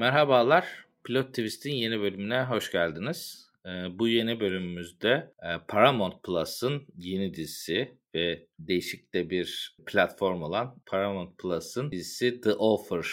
Merhabalar, Plot Twist'in yeni bölümüne hoş geldiniz. Bu yeni bölümümüzde Paramount Plus'ın yeni dizisi ve değişik de bir platform olan Paramount Plus'ın dizisi The Offer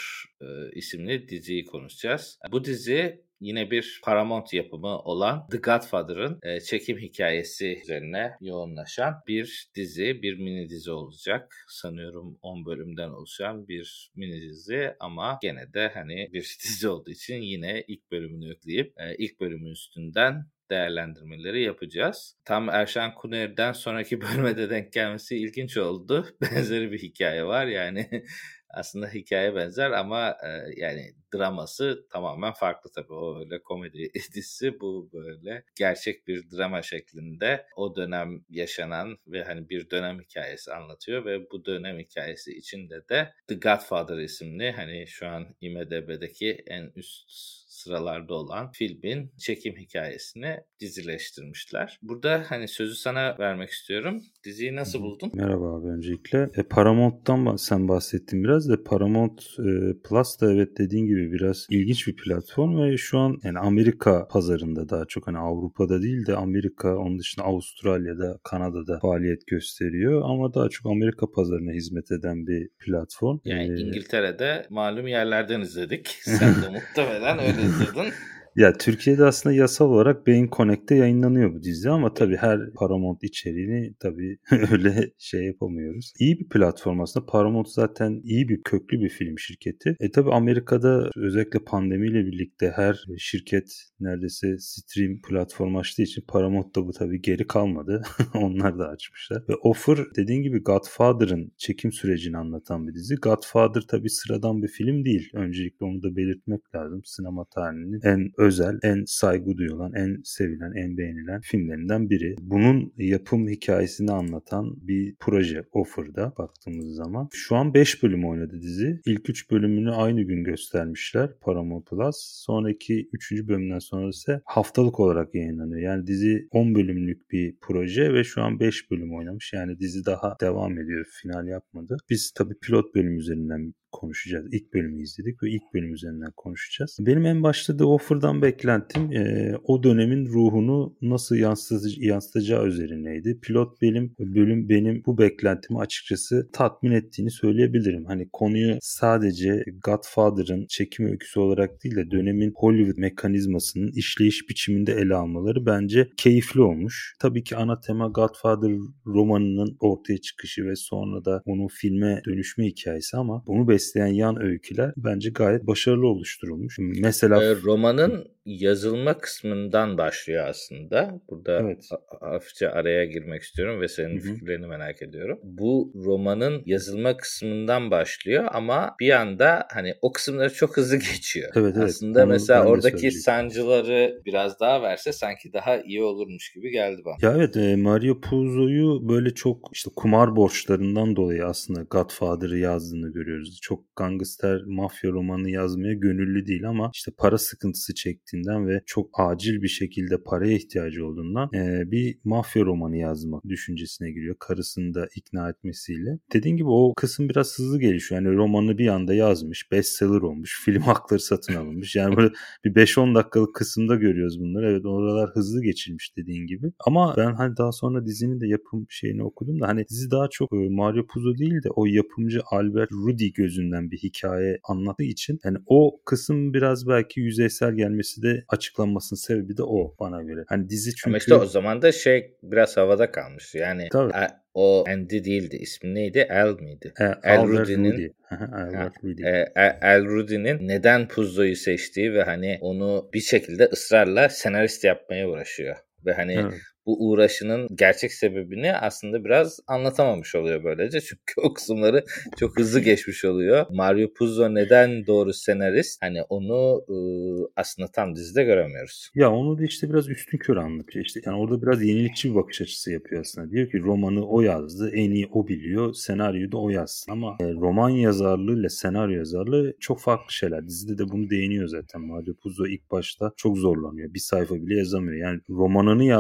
isimli diziyi konuşacağız. Bu dizi yine bir Paramount yapımı olan The Godfather'ın çekim hikayesi üzerine yoğunlaşan bir dizi, bir mini dizi olacak. Sanıyorum 10 bölümden oluşan bir mini dizi ama gene de hani bir dizi olduğu için yine ilk bölümünü yükleyip ilk bölümün üstünden değerlendirmeleri yapacağız. Tam Erşan Kuneri'den sonraki bölüme de denk gelmesi ilginç oldu. Benzeri bir hikaye var yani. Aslında hikaye benzer ama yani draması tamamen farklı tabii. O öyle komedi dizisi, bu böyle gerçek bir drama şeklinde o dönem yaşanan ve hani bir dönem hikayesi anlatıyor ve bu dönem hikayesi içinde de The Godfather isimli hani şu an IMDb'deki en üst sıralarda olan filmin çekim hikayesini dizileştirmişler. Burada hani sözü sana vermek istiyorum. Diziyi nasıl buldun? Merhaba abi öncelikle. Paramount'tan sen bahsettin biraz da Paramount Plus da evet dediğin gibi biraz ilginç bir platform ve şu an yani Amerika pazarında daha çok hani Avrupa'da değil de Amerika, onun dışında Avustralya'da, Kanada'da faaliyet gösteriyor ama daha çok Amerika pazarına hizmet eden bir platform. Yani İngiltere'de malum yerlerden izledik. Sen de muhtemelen öyle izledin. Ya Türkiye'de aslında yasal olarak Bein Connect'te yayınlanıyor bu dizi ama tabii her Paramount içeriğini tabii öyle şey yapamıyoruz. İyi bir platform aslında. Paramount zaten iyi bir köklü bir film şirketi. Tabii Amerika'da özellikle pandemiyle birlikte her şirket neredeyse stream platformu açtığı için Paramount da bu tabii geri kalmadı. Onlar da açmışlar. Ve Offer dediğin gibi Godfather'ın çekim sürecini anlatan bir dizi. Godfather tabii sıradan bir film değil. Öncelikle onu da belirtmek lazım. Sinema tarihinin en özel, en saygı duyulan, en sevilen, en beğenilen filmlerinden biri. Bunun yapım hikayesini anlatan bir proje Offer'da baktığımız zaman. Şu an 5 bölüm oynadı dizi. İlk 3 bölümünü aynı gün göstermişler Paramount Plus. Sonraki 3. bölümden sonra ise haftalık olarak yayınlanıyor. Yani dizi 10 bölümlük bir proje ve şu an 5 bölüm oynamış. Yani dizi daha devam ediyor. Final yapmadı. Biz tabii pilot bölüm üzerinden konuşacağız. İlk bölümü izledik ve ilk bölüm üzerinden konuşacağız. Benim en başta The Offer'dan beklentim o dönemin ruhunu nasıl yansıtacağı üzerineydi. Pilot bölüm benim bu beklentimi açıkçası tatmin ettiğini söyleyebilirim. Hani konuyu sadece Godfather'ın çekim öyküsü olarak değil de dönemin Hollywood mekanizmasının işleyiş biçiminde ele almaları bence keyifli olmuş. Tabii ki ana tema Godfather romanının ortaya çıkışı ve sonra da onun filme dönüşme hikayesi ama bunu besleyen yan öyküler bence gayet başarılı oluşturulmuş. Mesela romanın yazılma kısmından başlıyor aslında. Burada evet. hafifçe araya girmek istiyorum ve senin fikirlerini merak ediyorum. Bu romanın yazılma kısmından başlıyor ama bir anda hani o kısımları çok hızlı geçiyor. Evet. Aslında Onu mesela ben de oradaki söyleyecektim. sancıları biraz daha verse sanki daha iyi olurmuş gibi geldi bana. Ya evet, Mario Puzo'yu böyle çok işte kumar borçlarından dolayı aslında Godfather'ı yazdığını görüyoruz. Çok gangster mafya romanı yazmaya gönüllü değil ama işte para sıkıntısı çektiğinden ve çok acil bir şekilde paraya ihtiyacı olduğundan bir mafya romanı yazmak düşüncesine giriyor. Karısını da ikna etmesiyle. Dediğim gibi o kısım biraz hızlı gelişiyor. Yani romanı bir anda yazmış, bestseller olmuş, film hakları satın alınmış. Yani böyle bir 5-10 dakikalık kısımda görüyoruz bunları. Evet, oralar hızlı geçilmiş dediğin gibi. Ama ben hani daha sonra dizinin de yapım şeyini okudum da hani dizi daha çok Mario Puzo değil de o yapımcı Albert Rudy gözünden bir hikaye anlattığı için yani o kısım biraz belki yüzeysel gelmesi de açıklanmasının sebebi de o bana göre. Hani dizi çünkü... Ama işte o zaman da biraz havada kalmış. Yani tabii. o Andy değildi. İsmi neydi? Al mıydı? Albert Rudy. Albert Rudy. Al Rudy'nin neden Puzo'yu seçtiği ve hani onu bir şekilde ısrarla senarist yapmaya uğraşıyor. Ve hani Evet. bu uğraşının gerçek sebebini aslında biraz anlatamamış oluyor böylece. Çünkü o kısımları çok hızlı geçmiş oluyor. Mario Puzo neden doğru senarist? Hani onu aslında tam dizide göremiyoruz. Ya onu da işte biraz üstünkörü anlatıyor. İşte yani orada biraz yenilikçi bir bakış açısı yapıyor aslında. Diyor ki romanı o yazdı, en iyi o biliyor, senaryoyu da o yazsın. Ama roman yazarlığı ile senaryo yazarlığı çok farklı şeyler. Dizide de bunu değiniyor zaten. Mario Puzo ilk başta çok zorlanıyor. Bir sayfa bile yazamıyor. Yani romanını yazdığın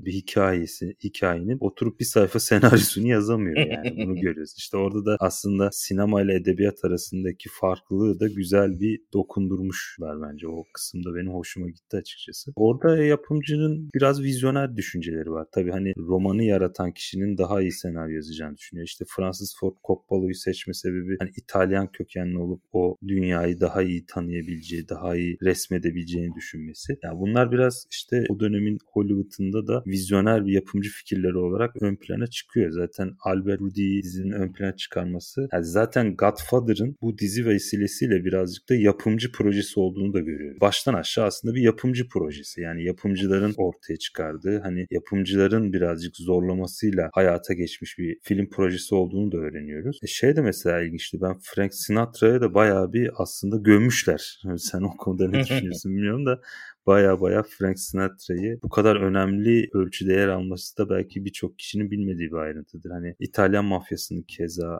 bir hikayenin oturup bir sayfa senaryosunu yazamıyor yani. Bunu görüyoruz. İşte orada da aslında sinema ile edebiyat arasındaki farklılığı da güzel bir dokundurmuşlar bence. O kısımda benim hoşuma gitti açıkçası. Orada yapımcının biraz vizyoner düşünceleri var. Tabii hani romanı yaratan kişinin daha iyi senaryo yazacağını düşünüyor. İşte Francis Ford Coppola'yı seçme sebebi hani İtalyan kökenli olup o dünyayı daha iyi tanıyabileceği, daha iyi resmedebileceğini düşünmesi. Yani bunlar biraz işte o dönemin Hollywood'unda da vizyoner bir yapımcı fikirleri olarak ön plana çıkıyor. Zaten Albert Rudy'yi dizinin ön plana çıkarması, yani zaten Godfather'ın bu dizi vesilesiyle birazcık da yapımcı projesi olduğunu da görüyoruz. Baştan aşağı aslında bir yapımcı projesi. Yani yapımcıların ortaya çıkardığı, hani yapımcıların birazcık zorlamasıyla hayata geçmiş bir film projesi olduğunu da öğreniyoruz. Şey de mesela ilginçti. Ben Frank Sinatra'ya da bayağı bir aslında gömmüşler. Sen o konuda ne düşünüyorsun bilmiyorum da baya Frank Sinatra'yı bu kadar önemli ölçüde yer alması da belki birçok kişinin bilmediği bir ayrıntıdır. Hani İtalyan mafyasının keza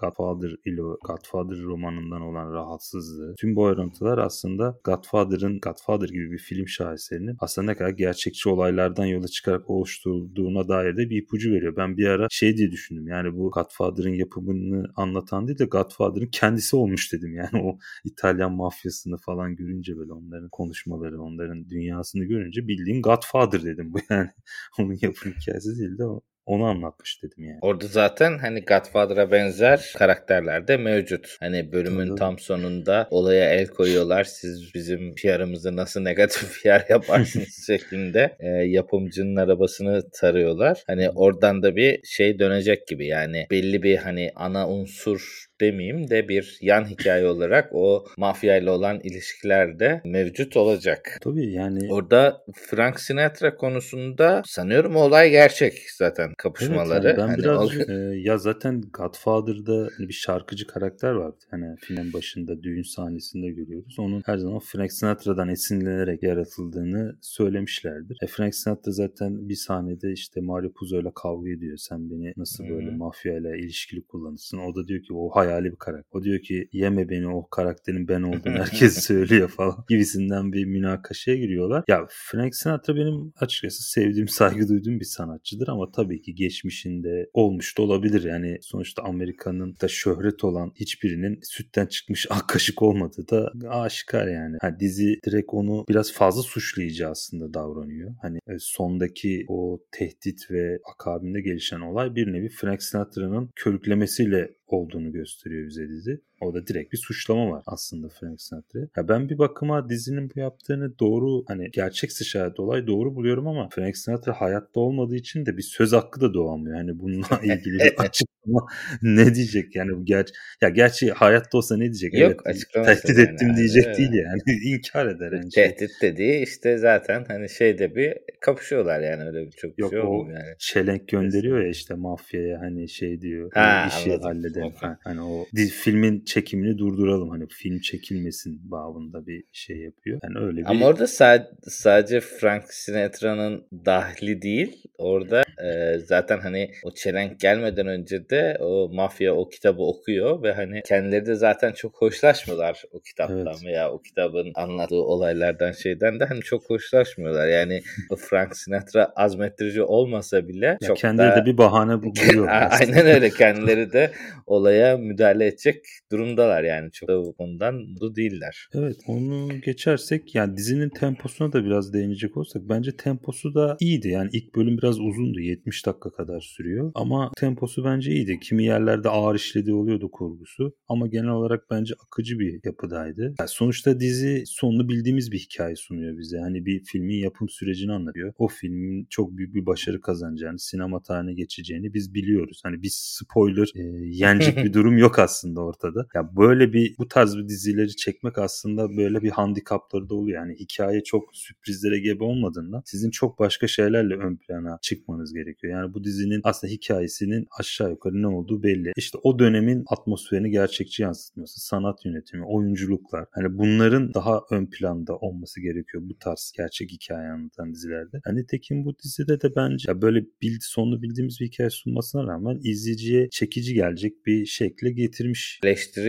Godfather romanından olan rahatsızlığı. Tüm bu ayrıntılar aslında Godfather gibi bir film şaheserinin aslında ne kadar gerçekçi olaylardan yola çıkarak oluşturulduğuna dair de bir ipucu veriyor. Ben bir ara şey diye düşündüm. Yani bu Godfather'ın yapımını anlatan değil de Godfather'ın kendisi olmuş dedim. Yani o İtalyan mafyasını falan görünce, böyle onların konuşmaları, onların dünyasını görünce bildiğin Godfather dedim bu yani. Onun yapım hikayesi değil de onu anlatmış dedim yani. Orada zaten hani Godfather'a benzer karakterler de mevcut. Hani bölümün tam sonunda olaya el koyuyorlar. Siz bizim PR'ımızı nasıl negatif PR yaparsınız şeklinde yapımcının arabasını tarıyorlar. Hani oradan da bir şey dönecek gibi, yani belli bir hani ana unsur demeyeyim de bir yan hikaye olarak o mafyayla olan ilişkilerde mevcut olacak. Tabii yani. Orada Frank Sinatra konusunda sanıyorum olay gerçek zaten, kapışmaları. Evet, yani ben hani birazcık ya zaten Godfather'da bir şarkıcı karakter var. Hani filmin başında düğün sahnesinde görüyoruz. Onun her zaman Frank Sinatra'dan esinlenerek yaratıldığını söylemişlerdir. Frank Sinatra zaten bir sahnede işte Mario Puzo'yla kavga ediyor. Sen beni nasıl böyle mafyayla ilişkili kullanırsın? O da diyor ki o hayali bir karakter. O diyor ki yeme beni, o karakterin ben olduğunu herkes söylüyor falan gibisinden bir münakaşaya giriyorlar. Ya Frank Sinatra benim açıkçası sevdiğim, saygı duyduğum bir sanatçıdır ama tabii ki geçmişinde olmuş da olabilir. Yani sonuçta Amerika'nın da şöhret olan hiçbirinin sütten çıkmış ak kaşık olmadığı da aşikar yani. Dizi direkt onu biraz fazla suçlayıcı aslında davranıyor. Hani sondaki o tehdit ve akabinde gelişen olay bir nevi Frank Sinatra'nın körüklemesiyle olduğunu gösteriyor bize dizi. Orada direkt bir suçlama var aslında Frank Sinatra'ya. Ben bir bakıma dizinin bu yaptığını doğru, hani gerçekse şayet olay, doğru buluyorum ama Frank Sinatra hayatta olmadığı için de bir söz hakkı da doğamıyor. Hani bununla ilgili bir açıklama ne diyecek yani bu gerçi hayatta olsa ne diyecek? Yok, Evet, açıklamasın tehdit yani. ettim diyecek değil yani. İnkar eder yani Tehdit dediği işte zaten hani şeyde bir kapışıyorlar yani, öyle bir çok bir Yok, şey o olmuyor yani. çelenk gönderiyor ya işte mafyaya, hani şey diyor, o Ha, işi anladım. halledelim. Okay. Hani o filmin çekimini durduralım, hani film çekilmesin babında bir şey yapıyor. Yani öyle Ama bir. orada sadece Frank Sinatra'nın dahli değil. Orada zaten hani o çelenk gelmeden önce de o mafya o kitabı okuyor ve hani kendileri de zaten çok hoşlaşmıyorlar o kitaptan Evet. veya o kitabın anlattığı olaylardan, şeyden de hani çok hoşlaşmıyorlar. Yani o Frank Sinatra azmettirici olmasa bile Ya çok kendileri de da bir bahane buluyorlar aslında. aynen öyle, kendileri de olaya müdahale edecek durumdalar yani, çok da bu konudan mutlu değiller. Evet, onu geçersek yani dizinin temposuna da biraz değinecek olsak bence temposu da iyiydi. Yani ilk bölüm biraz uzundu, 70 dakika kadar sürüyor ama temposu bence iyiydi. Kimi yerlerde ağır işlediği oluyordu kurgusu ama genel olarak bence akıcı bir yapıdaydı. Yani sonuçta dizi sonunu bildiğimiz bir hikaye sunuyor bize. Hani bir filmin yapım sürecini anlatıyor. O filmin çok büyük bir başarı kazanacağını, sinema tarihine geçeceğini biz biliyoruz. Hani bir spoiler yenecek bir durum yok aslında ortada. Ya böyle bu tarz bir dizileri çekmek aslında böyle bir handikapları da oluyor. Yani hikaye çok sürprizlere gebe olmadığından sizin çok başka şeylerle ön plana çıkmanız gerekiyor. Yani bu dizinin aslında hikayesinin aşağı yukarı ne olduğu belli. İşte o dönemin atmosferini gerçekçi yansıtması, sanat yönetimi, oyunculuklar, hani bunların daha ön planda olması gerekiyor bu tarz gerçek hikaye anlatan dizilerde. Hani tekin bu dizide de bence ya böyle sonunu bildiğimiz bir hikaye sunmasına rağmen izleyiciye çekici gelecek bir şekle getirmiş. Eleştiri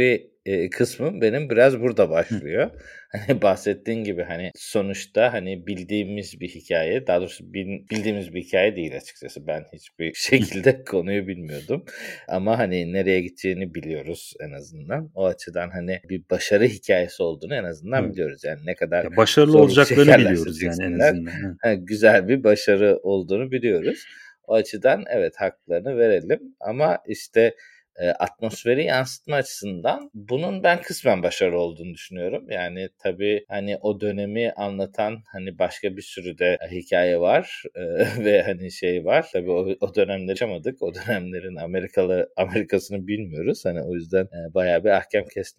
kısmım benim biraz burada başlıyor. Hani bahsettiğin gibi hani sonuçta hani bildiğimiz bir hikaye, daha doğrusu bildiğimiz bir hikaye değil açıkçası. Ben hiçbir şekilde konuyu bilmiyordum. Ama hani nereye gideceğini biliyoruz en azından. O açıdan hani bir başarı hikayesi olduğunu en azından Evet. biliyoruz. Yani ne kadar Ya başarılı zorluk olacaklarını çekerlerse biliyoruz yani en çeksinler azından. güzel bir başarı olduğunu biliyoruz. O açıdan evet haklarını verelim ama işte atmosferi yansıtma açısından bunun ben kısmen başarılı olduğunu düşünüyorum. Yani tabii hani o dönemi anlatan hani başka bir sürü de hikaye var ve hani şey var. Tabii o dönemleri yaşamadık. O dönemlerin Amerika'sını bilmiyoruz. Hani o yüzden bayağı bir ahkam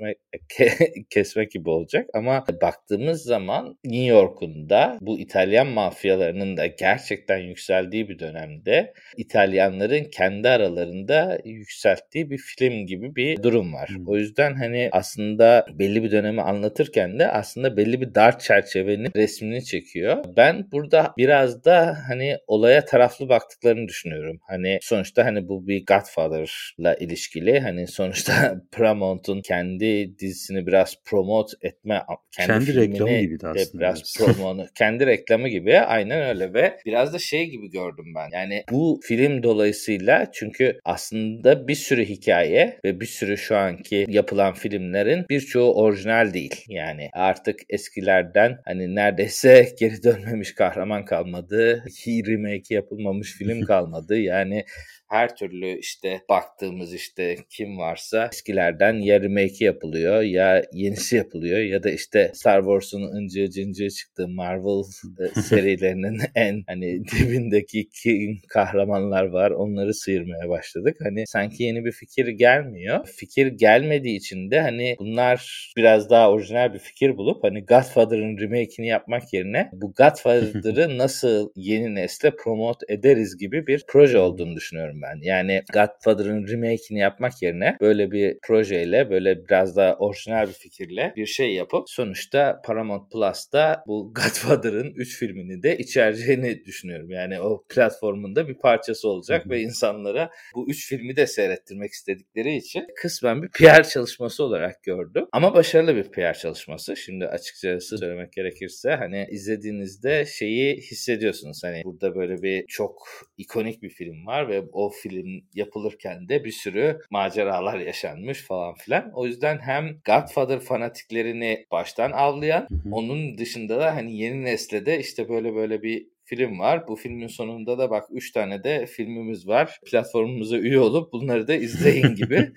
kesmek gibi olacak. Ama baktığımız zaman New York'un da bu İtalyan mafyalarının da gerçekten yükseldiği bir dönemde İtalyanların kendi aralarında yükselttiği bir film gibi bir durum var. O yüzden hani aslında belli bir dönemi anlatırken de aslında belli bir dar çerçevenin resmini çekiyor. Ben burada biraz da hani olaya taraflı baktıklarını düşünüyorum. Hani sonuçta hani bu bir Godfather'la ilişkili. Hani sonuçta Paramount'un kendi dizisini biraz promote etme, Kendi reklamı gibi de aslında biraz biraz. kendi reklamı gibi, aynen öyle ve biraz da şey gibi gördüm ben. Yani bu film dolayısıyla çünkü aslında bir sürü hikaye ve bir sürü şu anki yapılan filmlerin birçoğu orijinal değil. Yani artık eskilerden hani neredeyse geri dönmemiş kahraman kalmadı. Remake yapılmamış film kalmadı. Yani her türlü işte baktığımız işte kim varsa eskilerden ya remake'i yapılıyor ya yenisi yapılıyor ya da işte Star Wars'un ıncığı cıncığı çıktığı Marvel serilerinin en hani dibindeki kim kahramanlar var, onları sıyırmaya başladık. Hani sanki yeni bir fikir gelmiyor. Fikir gelmediği için de hani bunlar biraz daha orijinal bir fikir bulup hani Godfather'ın remake'ini yapmak yerine bu Godfather'ı nasıl yeni nesle promote ederiz gibi bir proje olduğunu düşünüyorum ben. Yani Godfather'ın remake'ini yapmak yerine böyle bir projeyle, böyle biraz daha orijinal bir fikirle bir şey yapıp sonuçta Paramount Plus'ta bu Godfather'ın 3 filmini de içereceğini düşünüyorum. Yani o platformun da bir parçası olacak ve insanlara bu 3 filmi de seyrettirmek istedikleri için kısmen bir PR çalışması olarak gördüm. Ama başarılı bir PR çalışması. Şimdi açıkçası söylemek gerekirse hani izlediğinizde şeyi hissediyorsunuz. Hani burada böyle bir çok ikonik bir film var ve o film yapılırken de bir sürü maceralar yaşanmış falan filan. O yüzden hem Godfather fanatiklerini baştan avlayan, onun dışında da hani yeni nesle de işte böyle bir film var. Bu filmin sonunda da bak 3 tane de filmimiz var. Platformumuza üye olup bunları da izleyin gibi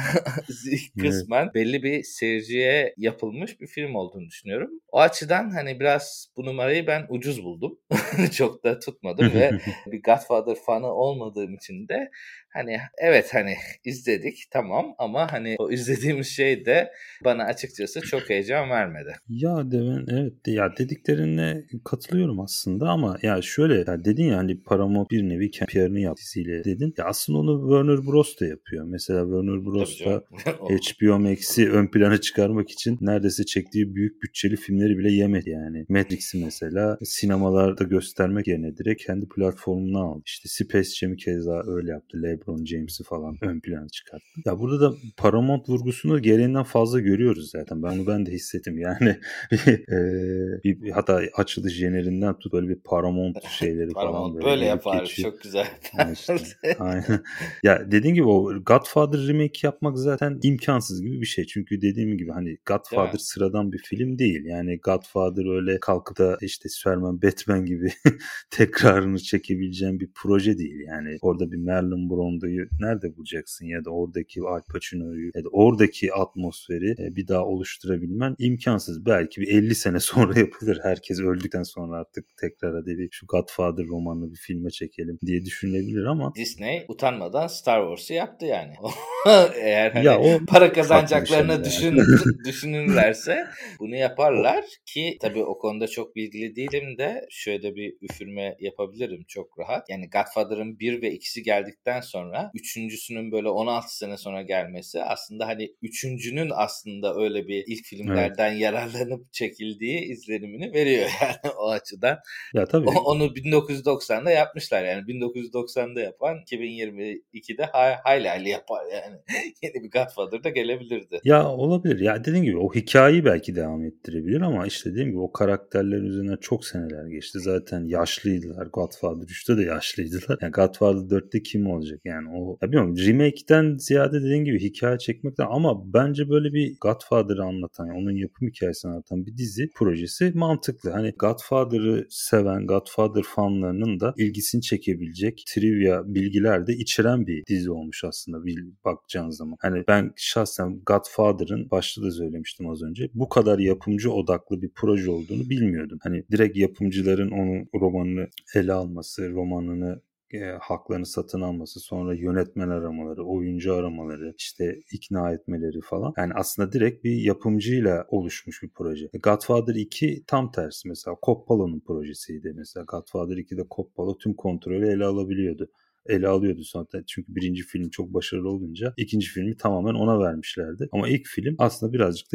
kısmen belli bir seyirciye yapılmış bir film olduğunu düşünüyorum. O açıdan hani biraz bu numarayı ben ucuz buldum. Çok da tutmadım ve bir Godfather fanı olmadığım için de hani evet hani izledik tamam ama hani o izlediğimiz şey de bana açıkçası çok heyecan vermedi. Ya Deven evet ya dediklerine katılıyorum aslında ama ya şöyle ya dedin ya hani Paramount bir nevi PR'ını yap diziyle dedin. Ya aslında onu Warner Bros da yapıyor. Mesela Warner Tabii Bros da canım. HBO Max'i ön plana çıkarmak için neredeyse çektiği büyük bütçeli filmleri bile yemedi yani. Matrix'i mesela sinemalarda göstermek yerine direkt kendi platformuna aldı. İşte Space Jam'i keza öyle yaptı. LeBron James'i falan ön plana çıkarttı. Ya burada da Paramount vurgusunu gereğinden fazla görüyoruz zaten. Ben de hissettim yani. Hatta açılış jenerinden tut böyle bir Paramount şeyleri falan Paramount böyle böyle gelip yapar. geçiyor. Çok güzel Yani işte yapardı. aynen. Ya dediğim gibi o Godfather remake yapmak zaten imkansız gibi bir şey. Çünkü dediğim gibi hani Değil Godfather mi? sıradan bir film değil. Yani Godfather öyle kalkıp da işte Superman, Batman gibi tekrarını çekebileceğin bir proje değil. Yani orada bir Marlon Brando'yu nerede bulacaksın ya da oradaki Al Pacino'yu ya da oradaki atmosferi bir daha oluşturabilmen imkansız. Belki bir 50 sene sonra yapılır. Herkes öldükten sonra artık tekrar hadi bir şu Godfather romanını bir filme çekelim diye düşünülebilir ama Disney utanmadan Star Wars'u yaptı yani. Eğer ya hani o para farklı bir şey kazanacaklarını yani. düşünürlerse bunu O, yaparlar ki tabii o konuda çok bilgili değilim de şöyle bir üfürme yapabilirim çok rahat. Yani Godfather'ın 1 ve 2'si geldikten sonra sonra üçüncüsünün böyle 16 sene sonra gelmesi aslında hani üçüncünün aslında öyle bir ilk Evet. filmlerden yararlanıp çekildiği izlenimini veriyor yani o açıdan. Ya tabii Onu 1990'da yapmışlar yani 1990'da yapan 2022'de hayli hayli yapar yani. Yeni bir Godfather da gelebilirdi. ya olabilir. Ya dediğim gibi o hikayeyi belki devam ettirebilir ama işte dediğim gibi o karakterlerin üzerinden çok seneler geçti. Zaten yaşlıydılar. Godfather 3'te de yaşlıydılar. Yani Godfather 4'te kim olacak yani o ya bilmiyorum remake'den ziyade dediğim gibi hikaye çekmekten ama bence böyle bir Godfather'ı anlatan yani onun yapım hikayesini anlatan bir dizi projesi mantıklı. Hani Godfather'ı seven Godfather fanlarının da ilgisini çekebilecek trivia bilgiler de içeren bir dizi olmuş aslında bakacağın zaman. Hani ben şahsen Godfather'ın başta da söylemiştim az önce bu kadar yapımcı odaklı bir proje olduğunu bilmiyordum. Hani direkt yapımcıların onun romanını ele alması, romanını haklarını satın alması, sonra yönetmen aramaları, oyuncu aramaları, işte ikna etmeleri falan. Yani aslında direkt bir yapımcıyla oluşmuş bir proje. Godfather 2 tam tersi mesela Coppola'nın projesiydi mesela. Godfather 2'de Coppola tüm kontrolü ele alıyordu sonra. Çünkü birinci film çok başarılı olunca ikinci filmi tamamen ona vermişlerdi. Ama ilk film aslında birazcık da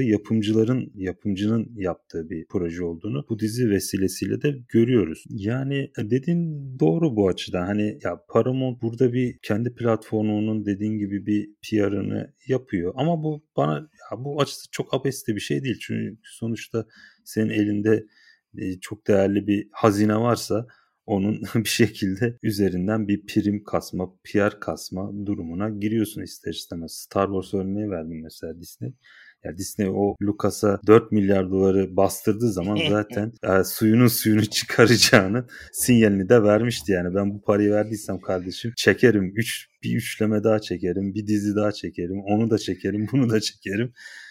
yapımcının yaptığı bir proje olduğunu bu dizi vesilesiyle de görüyoruz. Yani dediğin doğru bu açıdan. Hani ya Paramount burada bir kendi platformunun dediğin gibi bir PR'ını yapıyor. Ama bu bana ya bu açısı çok abesli bir şey değil. Çünkü sonuçta senin elinde çok değerli bir hazine varsa onun bir şekilde üzerinden bir prim kasma, PR kasma durumuna giriyorsun ister istemez. Star Wars örneği verdim mesela Disney. Ya Disney o Lucas'a 4 milyar doları bastırdığı zaman zaten suyunu çıkaracağını sinyalini de vermişti yani. Ben bu parayı verdiysem kardeşim çekerim. Bir üçleme daha çekerim. Bir dizi daha çekerim. Onu da çekerim. Bunu da çekerim.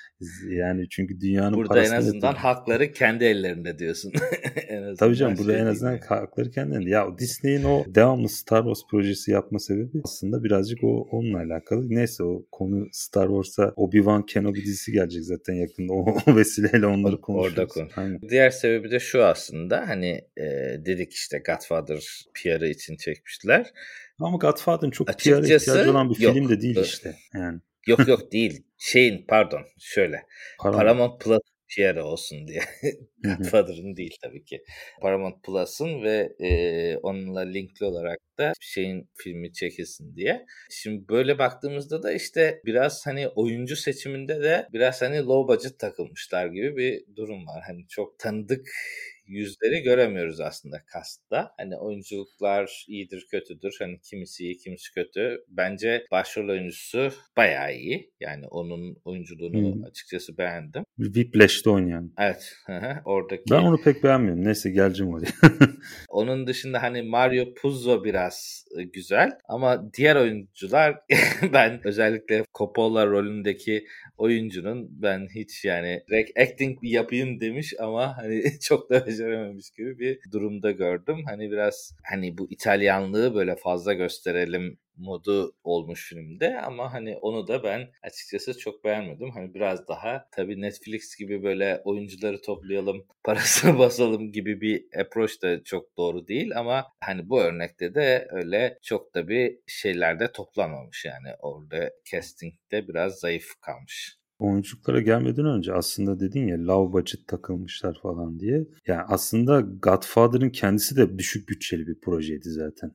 Yani çünkü dünyanın Burada en parasını azından yatırdım. hakları kendi ellerinde diyorsun. En Tabii azından canım burada en şey değil azından yani. hakları kendilerinde. Ya Disney'in o devamlı Star Wars projesi yapma sebebi aslında birazcık onunla alakalı. Neyse o konu Star Wars'a Obi-Wan Kenobi dizisi gelecek zaten yakında. O vesileyle onları Orada konuşuruz. konu. Aynen. Diğer sebebi de şu aslında hani dedik işte Godfather PR'ı için çekmişler. Ama Godfather'ın çok PR'a ihtiyacı Açıkçası olan bir film yok. de değil işte. Yani Yok değil. Pardon şöyle. Paramount. Paramount Plus PR'ı olsun diye. Hı hı. Godfather'ın değil tabii ki. Paramount Plus'ın ve onunla linkli olarak da şeyin filmi çekilsin diye. Şimdi böyle baktığımızda da işte biraz hani oyuncu seçiminde de biraz hani low budget takılmışlar gibi bir durum var. Hani çok tanıdık yüzleri göremiyoruz aslında castta. Hani oyunculuklar iyidir kötüdür. Hani kimisi iyi kimisi kötü. Bence başrol oyuncusu bayağı iyi. Yani onun Hı oyunculuğunu hı. açıkçası beğendim. Whiplash'te oynayan. Evet. Ben Oradaki onu pek beğenmiyorum. Neyse geleceğim oraya. onun dışında hani Mario Puzo biraz güzel ama diğer oyuncular ben özellikle Coppola rolündeki oyuncunun ben hiç yani direkt acting bir yapayım demiş ama hani çok da becerememiş gibi bir durumda gördüm. Hani biraz hani bu İtalyanlığı böyle fazla gösterelim modu olmuş filmde ama hani onu da ben açıkçası çok beğenmedim. Hani biraz daha tabii Netflix gibi böyle oyuncuları toplayalım, parasını basalım gibi bir approach da çok doğru değil ama hani bu örnekte de öyle çok da bir şeyler de toplanmamış yani orada casting'de biraz zayıf kalmış. Oyunculuklara gelmeden önce aslında dedin ya low budget takılmışlar falan diye. Yani aslında Godfather'ın kendisi de düşük bütçeli bir projeydi zaten.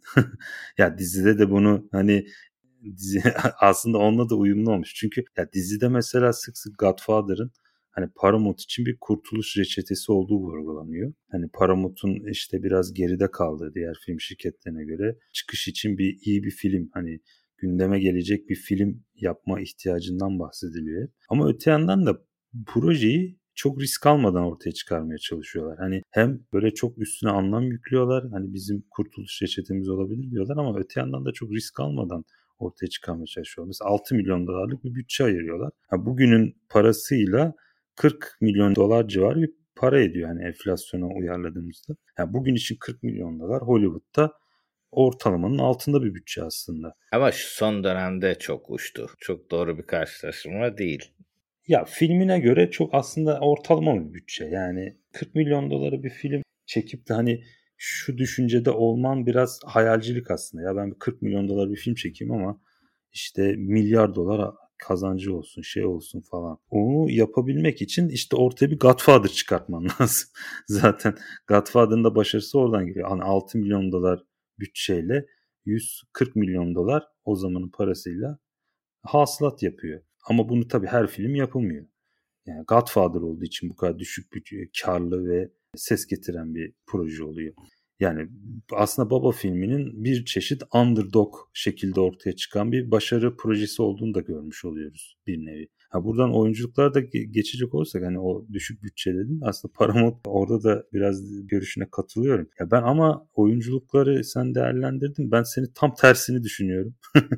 Ya dizide de bunu hani dizi aslında onunla da uyumlu olmuş. Çünkü ya dizide mesela sık sık Godfather'ın hani Paramount için bir kurtuluş reçetesi olduğu vurgulanıyor. Hani Paramount'un işte biraz geride kaldığı diğer film şirketlerine göre çıkış için iyi bir film hani gündeme gelecek bir film yapma ihtiyacından bahsediliyor. Ama öte yandan da projeyi çok risk almadan ortaya çıkarmaya çalışıyorlar. Hani hem böyle çok üstüne anlam yüklüyorlar. Hani bizim kurtuluş reçetemiz olabilir diyorlar ama öte yandan da çok risk almadan ortaya çıkarmaya çalışıyorlar. Mesela 6 milyon dolarlık bir bütçe ayırıyorlar. Bugünün parasıyla 40 milyon dolar civarı bir para ediyor yani enflasyona uyarladığımızda. Yani bugün için 40 milyon dolar Hollywood'da ortalamanın altında bir bütçe aslında. Ama şu son dönemde çok uçtu. Çok doğru bir karşılaştırma değil. Ya filmine göre çok aslında ortalama bir bütçe. Yani 40 milyon dolara bir film çekip de hani şu düşüncede olman biraz hayalcilik aslında. Ya ben bir 40 milyon dolar bir film çekeyim ama işte milyar dolar kazancı olsun, şey olsun falan. Onu yapabilmek için işte ortaya bir Godfather çıkartman lazım. Zaten Godfather'ın da başarısı oradan geliyor. Hani 6 milyon dolar bütçeyle 140 milyon dolar o zamanın parasıyla hasılat yapıyor. Ama bunu tabii her film yapılmıyor. Yani Godfather olduğu için bu kadar düşük bütçe, karlı ve ses getiren bir proje oluyor. Yani aslında Baba filminin bir çeşit underdog şekilde ortaya çıkan bir başarı projesi olduğunu da görmüş oluyoruz bir nevi. Ha buradan oyunculuklara da geçecek olursak hani o düşük bütçe dedin aslında Paramount orada da biraz görüşüne katılıyorum. Ya ben ama oyunculukları sen değerlendirdin. Ben seni tam tersini düşünüyorum.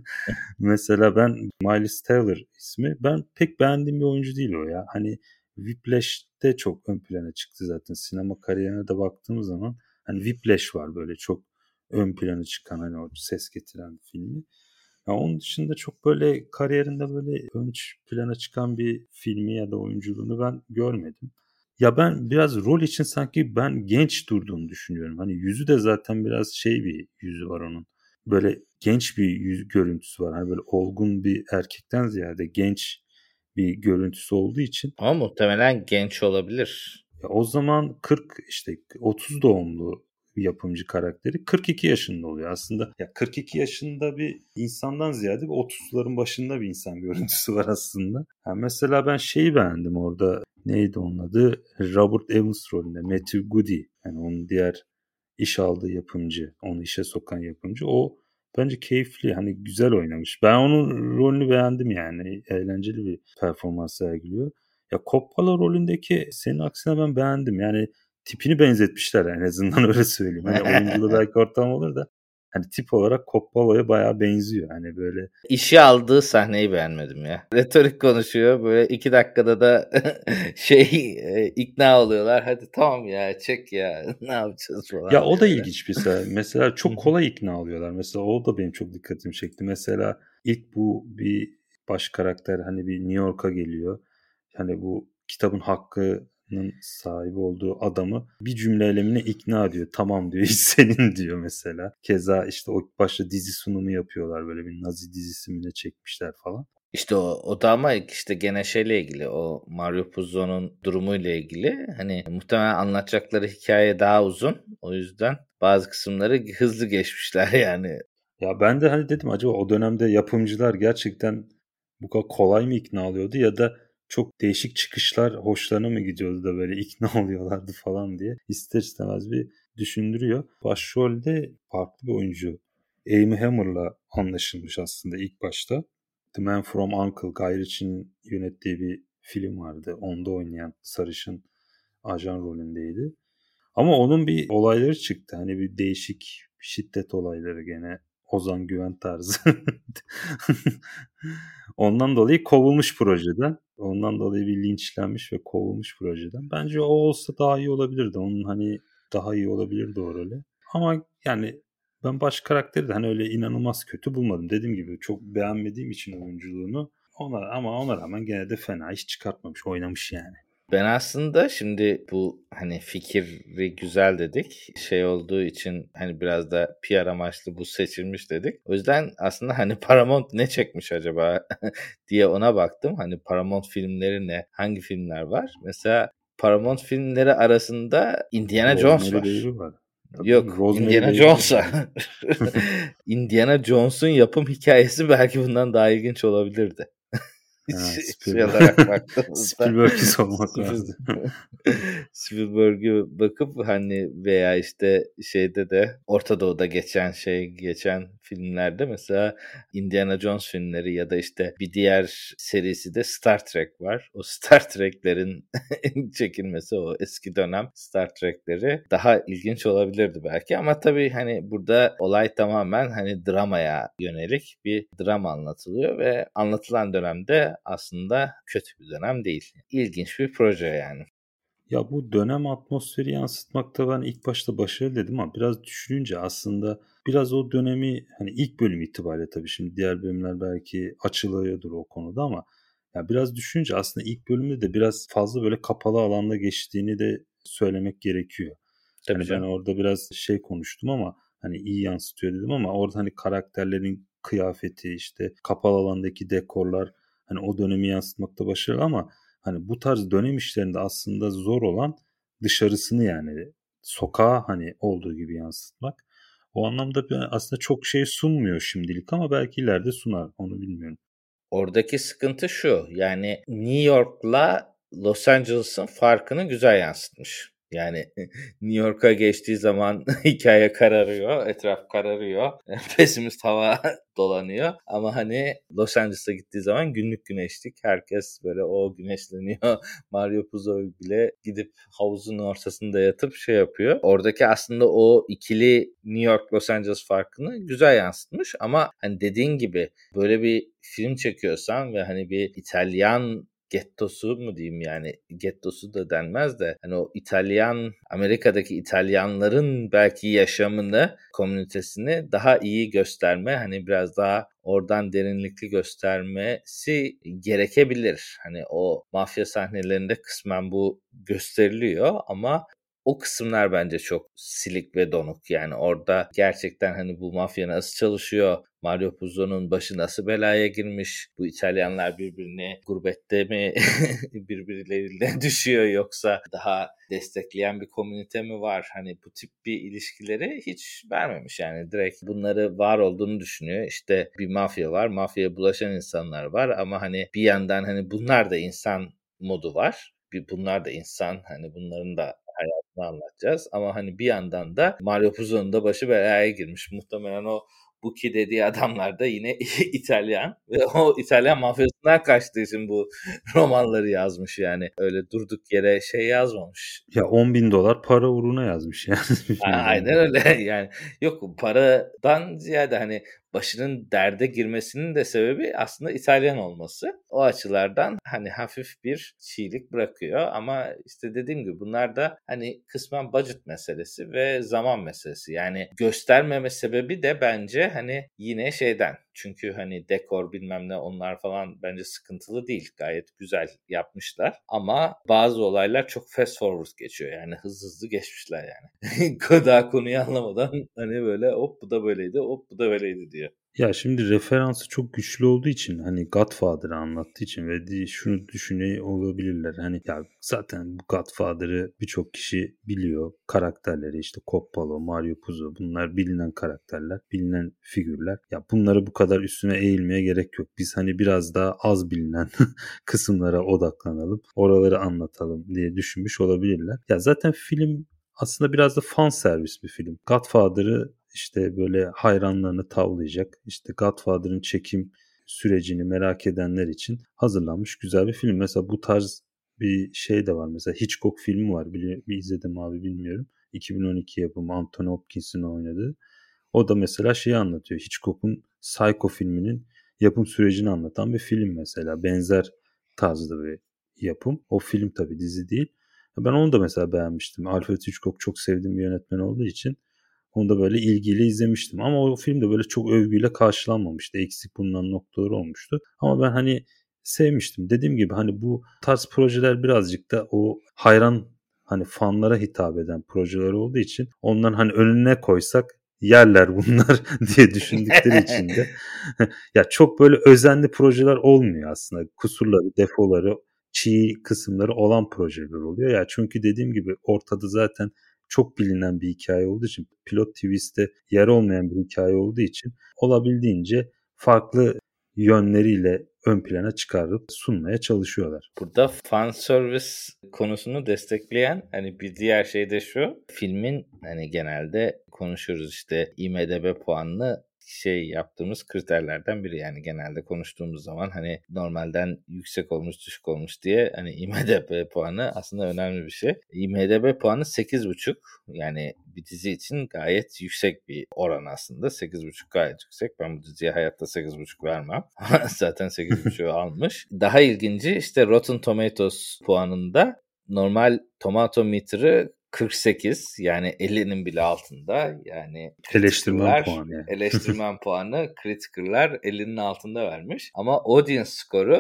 Mesela ben Miles Teller ismi ben pek beğendiğim bir oyuncu değil o ya. Hani Whiplash'te çok ön plana çıktı zaten. Sinema kariyerine de baktığımız zaman hani Whiplash var böyle çok ön plana çıkan hani o ses getiren filmi. Ya onun dışında çok böyle kariyerinde böyle ön plana çıkan bir filmi ya da oyunculuğunu ben görmedim. Ya ben biraz rol için sanki ben genç durduğunu düşünüyorum. Hani yüzü de zaten biraz şey bir yüzü var onun. Böyle genç bir yüz görüntüsü var. Hani böyle olgun bir erkekten ziyade genç bir görüntüsü olduğu için. Ama muhtemelen genç olabilir. Ya o zaman 40 işte 30 doğumlu bir yapımcı karakteri 42 yaşında oluyor. Aslında ya 42 yaşında bir insandan ziyade bir 30'ların başında bir insan görüntüsü var aslında. Ya mesela ben şeyi beğendim orada. Neydi onun adı? Robert Evans rolünde Matthew Goody. Yani onun diğer iş aldığı yapımcı, onu işe sokan yapımcı. O bence keyifli, hani güzel oynamış. Ben onun rolünü beğendim yani. Eğlenceli bir performans sergiliyor. Ya Coppola rolündeki senin aksine ben beğendim. Yani tipini benzetmişler en azından öyle söyleyeyim. Hani oyunculuğu belki ortam olur da hani tip olarak Coppola'ya bayağı benziyor. Hani böyle İşe aldığı sahneyi beğenmedim ya. Retorik konuşuyor. Böyle 2 dakikada da ikna oluyorlar. Hadi tamam ya çek ya ne yapacağız ya falan o da diyor öyle. ilginç bir şey. Mesela çok kolay ikna oluyorlar. Mesela o da benim çok dikkatimi çekti. Mesela ilk bu bir baş karakter hani bir New York'a geliyor. Hani bu kitabın hakkının sahibi olduğu adamı bir cümle eylemine ikna ediyor. Tamam diyor, iş senin diyor mesela. Keza işte o başta dizi sunumu yapıyorlar. Böyle bir Nazi dizisi mi ne çekmişler falan. İşte o da ama işte gene şeyle ilgili o Mario Puzo'nun durumuyla ilgili hani muhtemelen anlatacakları hikaye daha uzun. O yüzden bazı kısımları hızlı geçmişler yani. Ya ben de hani dedim acaba o dönemde yapımcılar gerçekten bu kadar kolay mı ikna oluyordu ya da çok değişik çıkışlar hoşlarına mı gidiyordu da böyle ikna oluyorlardı falan diye ister istemez bir düşündürüyor. Başrolde farklı bir oyuncu Amy Hammer'la anlaşılmış aslında ilk başta. The Man from U.N.C.L.E. Guy Ritchie'nin yönettiği bir film vardı. Onda oynayan sarışın ajan rolündeydi. Ama onun bir olayları çıktı. Hani bir değişik şiddet olayları gene Ozan Güven tarzı. Ondan dolayı kovulmuş projeden. Ondan dolayı bir linçlenmiş ve kovulmuş projeden. Bence o olsa daha iyi olabilirdi. Onun hani daha iyi olabilirdi o rolü. Ama yani ben baş karakteri de hani öyle inanılmaz kötü bulmadım. Dediğim gibi çok beğenmediğim için oyunculuğunu. Ona rağmen gene de fena iş çıkartmamış. Oynamış yani. Ben aslında şimdi bu hani fikri güzel dedik. Şey olduğu için hani biraz da PR amaçlı bu seçilmiş dedik. O yüzden aslında hani Paramount ne çekmiş acaba diye ona baktım. Hani Paramount filmleri ne? Hangi filmler var? Mesela Paramount filmleri arasında Indiana Jones Rosemary var. Baby var. Tabii canım. Yok, Rosemary Indiana Baby de Jones var. var. Indiana Jones'un yapım hikayesi belki bundan daha ilginç olabilirdi. Ha, Şey olarak Spielberg. baktığımızda Spielberg'i sormak Spiel- lazım. Spielberg'ü bakıp hani veya işte şeyde de Orta Doğu'da geçen filmlerde mesela Indiana Jones filmleri ya da işte bir diğer serisi de Star Trek var. O Star Trek'lerin çekilmesi o eski dönem Star Trek'leri daha ilginç olabilirdi belki ama tabii hani burada olay tamamen hani dramaya yönelik bir drama anlatılıyor ve anlatılan dönemde aslında kötü bir dönem değil. İlginç bir proje yani. Ya bu dönem atmosferi yansıtmakta ben ilk başta başarılı dedim ama biraz düşününce aslında biraz o dönemi hani ilk bölüm itibariyle tabii şimdi diğer bölümler belki açılıyordur o konuda ama ya biraz düşününce aslında ilk bölümde de biraz fazla böyle kapalı alanda geçtiğini de söylemek gerekiyor. Tabii Hani ben canım. orada biraz şey konuştum ama hani iyi yansıtıyor dedim ama orada hani karakterlerin kıyafeti işte kapalı alandaki dekorlar hani o dönemi yansıtmakta başarılı ama hani bu tarz dönem işlerinde aslında zor olan dışarısını yani sokağa hani olduğu gibi yansıtmak. O anlamda aslında çok şey sunmuyor şimdilik ama belki ileride sunar. Onu bilmiyorum. Oradaki sıkıntı şu, yani New York'la Los Angeles'ın farkını güzel yansıtmış. Yani New York'a geçtiği zaman hikaye kararıyor, etraf kararıyor, pesimist hava dolanıyor. Ama hani Los Angeles'a gittiği zaman günlük güneşlik, herkes böyle o güneşleniyor. Mario Puzo bile gidip havuzun ortasında yatıp şey yapıyor. Oradaki aslında o ikili New York Los Angeles farkını güzel yansıtmış ama hani dediğin gibi böyle bir film çekiyorsan ve hani bir İtalyan gettosu mu diyeyim, yani gettosu da denmez de hani o İtalyan, Amerika'daki İtalyanların belki yaşamını, komünitesini daha iyi gösterme, hani biraz daha oradan derinlikli göstermesi gerekebilir. Hani o mafya sahnelerinde kısmen bu gösteriliyor ama o kısımlar bence çok silik ve donuk. Yani orada gerçekten hani bu mafya nasıl çalışıyor, Mario Puzo'nun başı nasıl belaya girmiş, bu İtalyanlar birbirine gurbette mi birbirleriyle düşüyor yoksa daha destekleyen bir komünite mi var? Hani bu tip bir ilişkileri hiç vermemiş, yani direkt bunları var olduğunu düşünüyor. İşte bir mafya var, mafyaya bulaşan insanlar var ama hani bir yandan hani bunlar da insan modu var. Bunlar da insan, hani bunların da hayatını anlatacağız ama hani bir yandan da Mario Puzo'nun da başı belaya girmiş. Muhtemelen o Buki dediği adamlar da yine İtalyan ve o İtalyan mafyasından kaçtığı için bu romanları yazmış yani. Öyle durduk yere şey yazmamış. Ya $10.000 para uğruna yazmış yani. Aynen öyle. Yani yok, paradan ziyade hani başının derde girmesinin de sebebi aslında İtalyan olması. O açılardan hani hafif bir çiğlik bırakıyor ama işte dediğim gibi bunlar da hani kısmen budget meselesi ve zaman meselesi. Yani göstermeme sebebi de bence hani yine şeyden. Çünkü hani dekor bilmem ne onlar falan bence sıkıntılı değil. Gayet güzel yapmışlar. Ama bazı olaylar çok fast forward geçiyor. Yani hızlı hızlı geçmişler yani. Daha konuyu anlamadan hani böyle hop bu da böyleydi, hop bu da böyleydi diyor. Ya şimdi referansı çok güçlü olduğu için hani Godfather'ı anlattığı için ve şunu düşünüyor olabilirler. Hani ya zaten bu Godfather'ı birçok kişi biliyor. Karakterleri işte Coppola, Mario Puzo bunlar bilinen karakterler, bilinen figürler. Ya bunları bu kadar üstüne eğilmeye gerek yok. Biz hani biraz daha az bilinen kısımlara odaklanalım. Oraları anlatalım diye düşünmüş olabilirler. Ya zaten film aslında biraz da fan servis bir film. Godfather'ı işte böyle hayranlarını tavlayacak. İşte Godfather'ın çekim sürecini merak edenler için hazırlanmış güzel bir film. Mesela bu tarz bir şey de var. Mesela Hitchcock filmi var. Bir izledim abi bilmiyorum. 2012 yapımı Anthony Hopkins'in oynadığı. O da mesela şeyi anlatıyor. Hitchcock'un Psycho filminin yapım sürecini anlatan bir film mesela. Benzer tarzda bir yapım. O film tabii dizi değil. Ben onu da mesela beğenmiştim. Alfred Hitchcock çok sevdiğim bir yönetmen olduğu için onu da böyle ilgiyle izlemiştim. Ama o film de böyle çok övgüyle karşılanmamıştı. Eksik bulunan noktaları olmuştu. Ama ben hani sevmiştim. Dediğim gibi hani bu tarz projeler birazcık da o hayran hani fanlara hitap eden projeler olduğu için onların hani önüne koysak yerler bunlar diye düşündükleri için de ya çok böyle özenli projeler olmuyor aslında. Kusurları, defoları, çiğ kısımları olan projeler oluyor. Ya çünkü dediğim gibi ortada zaten çok bilinen bir hikaye olduğu için pilot twist'te yer olmayan bir hikaye olduğu için olabildiğince farklı yönleriyle ön plana çıkarıp sunmaya çalışıyorlar. Burada fan service konusunu destekleyen hani bir diğer şey de şu. Filmin hani genelde konuşuyoruz işte IMDb puanını şey yaptığımız kriterlerden biri, yani genelde konuştuğumuz zaman hani normalden yüksek olmuş düşük olmuş diye hani IMDb puanı aslında önemli bir şey. IMDb puanı 8,5, yani bir dizi için gayet yüksek bir oran aslında. 8,5 gayet yüksek. Ben bu diziye hayatta 8,5 vermem. Zaten 8,5'u almış. Daha ilginci işte Rotten Tomatoes puanında normal tomato meter'ı 48, yani 50'nin bile altında. Yani Eleştirmen Critiker'lar puanı yani. eleştirmen puanı Critiker'lar 50'nin altında vermiş. Ama audience skoru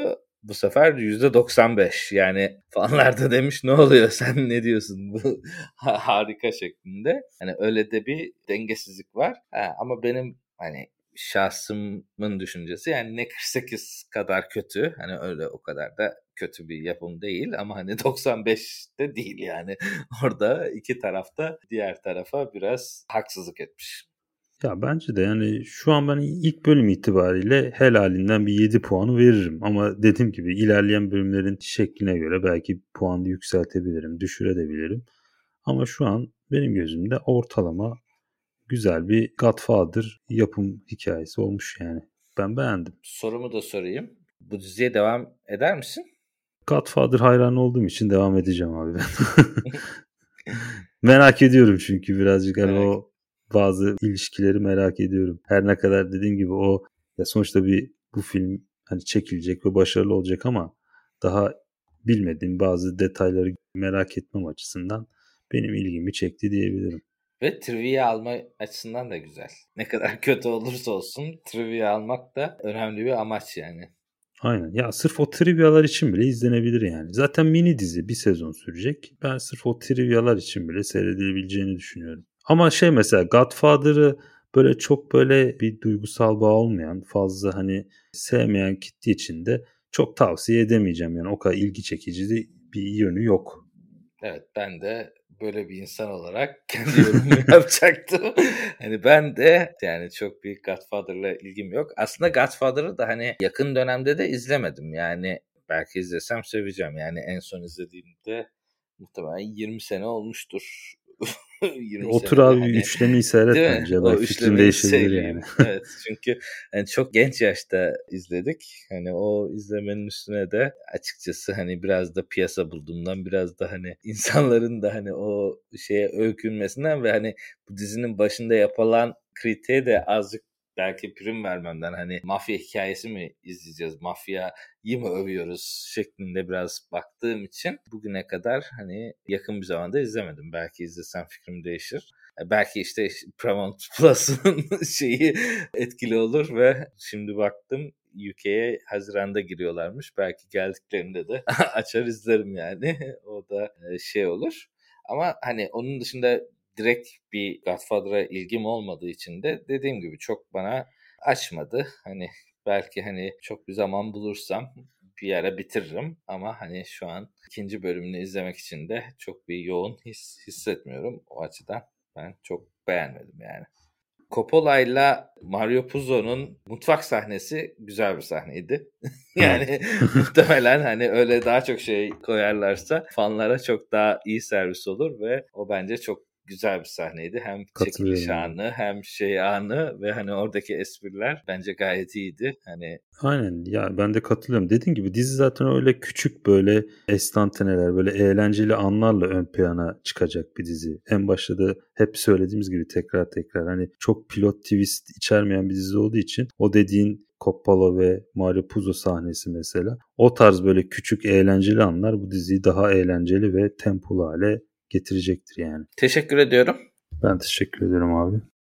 bu sefer %95. Yani fanlar da demiş ne oluyor sen ne diyorsun bu harika şeklinde. Hani öyle de bir dengesizlik var. Ama benim hani şahsımın düşüncesi yani ne 48 kadar kötü hani öyle o kadar da kötü bir yapım değil ama hani 95 de değil yani. Orada iki tarafta diğer tarafa biraz haksızlık etmiş. Ya bence de yani şu an ben ilk bölüm itibariyle helalinden bir 7 puanı veririm. Ama dediğim gibi ilerleyen bölümlerin şekline göre belki puanı yükseltebilirim, düşürebilirim. Ama şu an benim gözümde ortalama güzel bir Godfather yapım hikayesi olmuş yani. Ben beğendim. Sorumu da sorayım. Bu diziye devam eder misin? Godfather hayranı olduğum için devam edeceğim abi ben. Merak ediyorum çünkü birazcık hani Merak o bazı ilişkileri merak ediyorum. Her ne kadar dediğim gibi o ya sonuçta bu film hani çekilecek ve başarılı olacak ama daha bilmediğim bazı detayları merak etmem açısından benim ilgimi çekti diyebilirim. Ve trivia alma açısından da güzel. Ne kadar kötü olursa olsun trivia almak da önemli bir amaç yani. Aynen. Ya sırf o trivyalar için bile izlenebilir yani. Zaten mini dizi bir sezon sürecek. Ben sırf o trivyalar için bile seyredilebileceğini düşünüyorum. Ama mesela Godfather'ı böyle çok böyle bir duygusal bağ olmayan, fazla hani sevmeyen kitle için de çok tavsiye edemeyeceğim. Yani o kadar ilgi çekici bir yönü yok. Evet ben de böyle bir insan olarak kendi yorumumu yapacaktım. Hani ben de yani çok büyük Godfather'la ilgim yok. Aslında Godfather'ı da hani yakın dönemde de izlemedim. Yani belki izlesem seveceğim. Yani en son izlediğimde muhtemelen 20 sene olmuştur. 20 Otur senede abi hani üçlemeyi seyret değil mi? bence. O Belki fikrin üçlemeyi değişebilir yani. seveyim. Evet çünkü hani çok genç yaşta izledik. Hani o izlemenin üstüne de açıkçası hani biraz da piyasa bulduğumdan biraz da hani insanların da hani o şeye öykünmesinden ve hani bu dizinin başında yapılan kritiğe de azıcık belki prim vermemden hani mafya hikayesi mi izleyeceğiz, mafyayı mı övüyoruz şeklinde biraz baktığım için bugüne kadar hani yakın bir zamanda izlemedim. Belki izlesem fikrim değişir. Belki işte Paramount Plus'ın şeyi etkili olur ve şimdi baktım UK'ye Haziran'da giriyorlarmış. Belki geldiklerinde de açar izlerim yani. O da şey olur. Ama hani onun dışında direkt bir Godfather'a ilgim olmadığı için de dediğim gibi çok bana açmadı. Hani belki hani çok bir zaman bulursam bir ara bitiririm ama hani şu an ikinci bölümünü izlemek için de çok bir yoğun hissetmiyorum. O açıdan ben çok beğenmedim yani. Coppola'yla Mario Puzo'nun mutfak sahnesi güzel bir sahneydi. Evet. Yani muhtemelen hani öyle daha çok şey koyarlarsa fanlara çok daha iyi servis olur ve o bence çok güzel bir sahneydi. Hem çekiliş Katılıyorum abi. anı hem şey anı ve hani oradaki espriler bence gayet iyiydi. Hani Aynen ya ben de katılıyorum. Dediğim gibi dizi zaten öyle küçük böyle estanteneler böyle eğlenceli anlarla ön plana çıkacak bir dizi. En başta da hep söylediğimiz gibi tekrar tekrar hani çok pilot twist içermeyen bir dizi olduğu için o dediğin Coppola ve Mario Puzo sahnesi mesela o tarz böyle küçük eğlenceli anlar bu diziyi daha eğlenceli ve tempolu hale getirecektir yani. teşekkür ediyorum. Ben teşekkür ederim abi.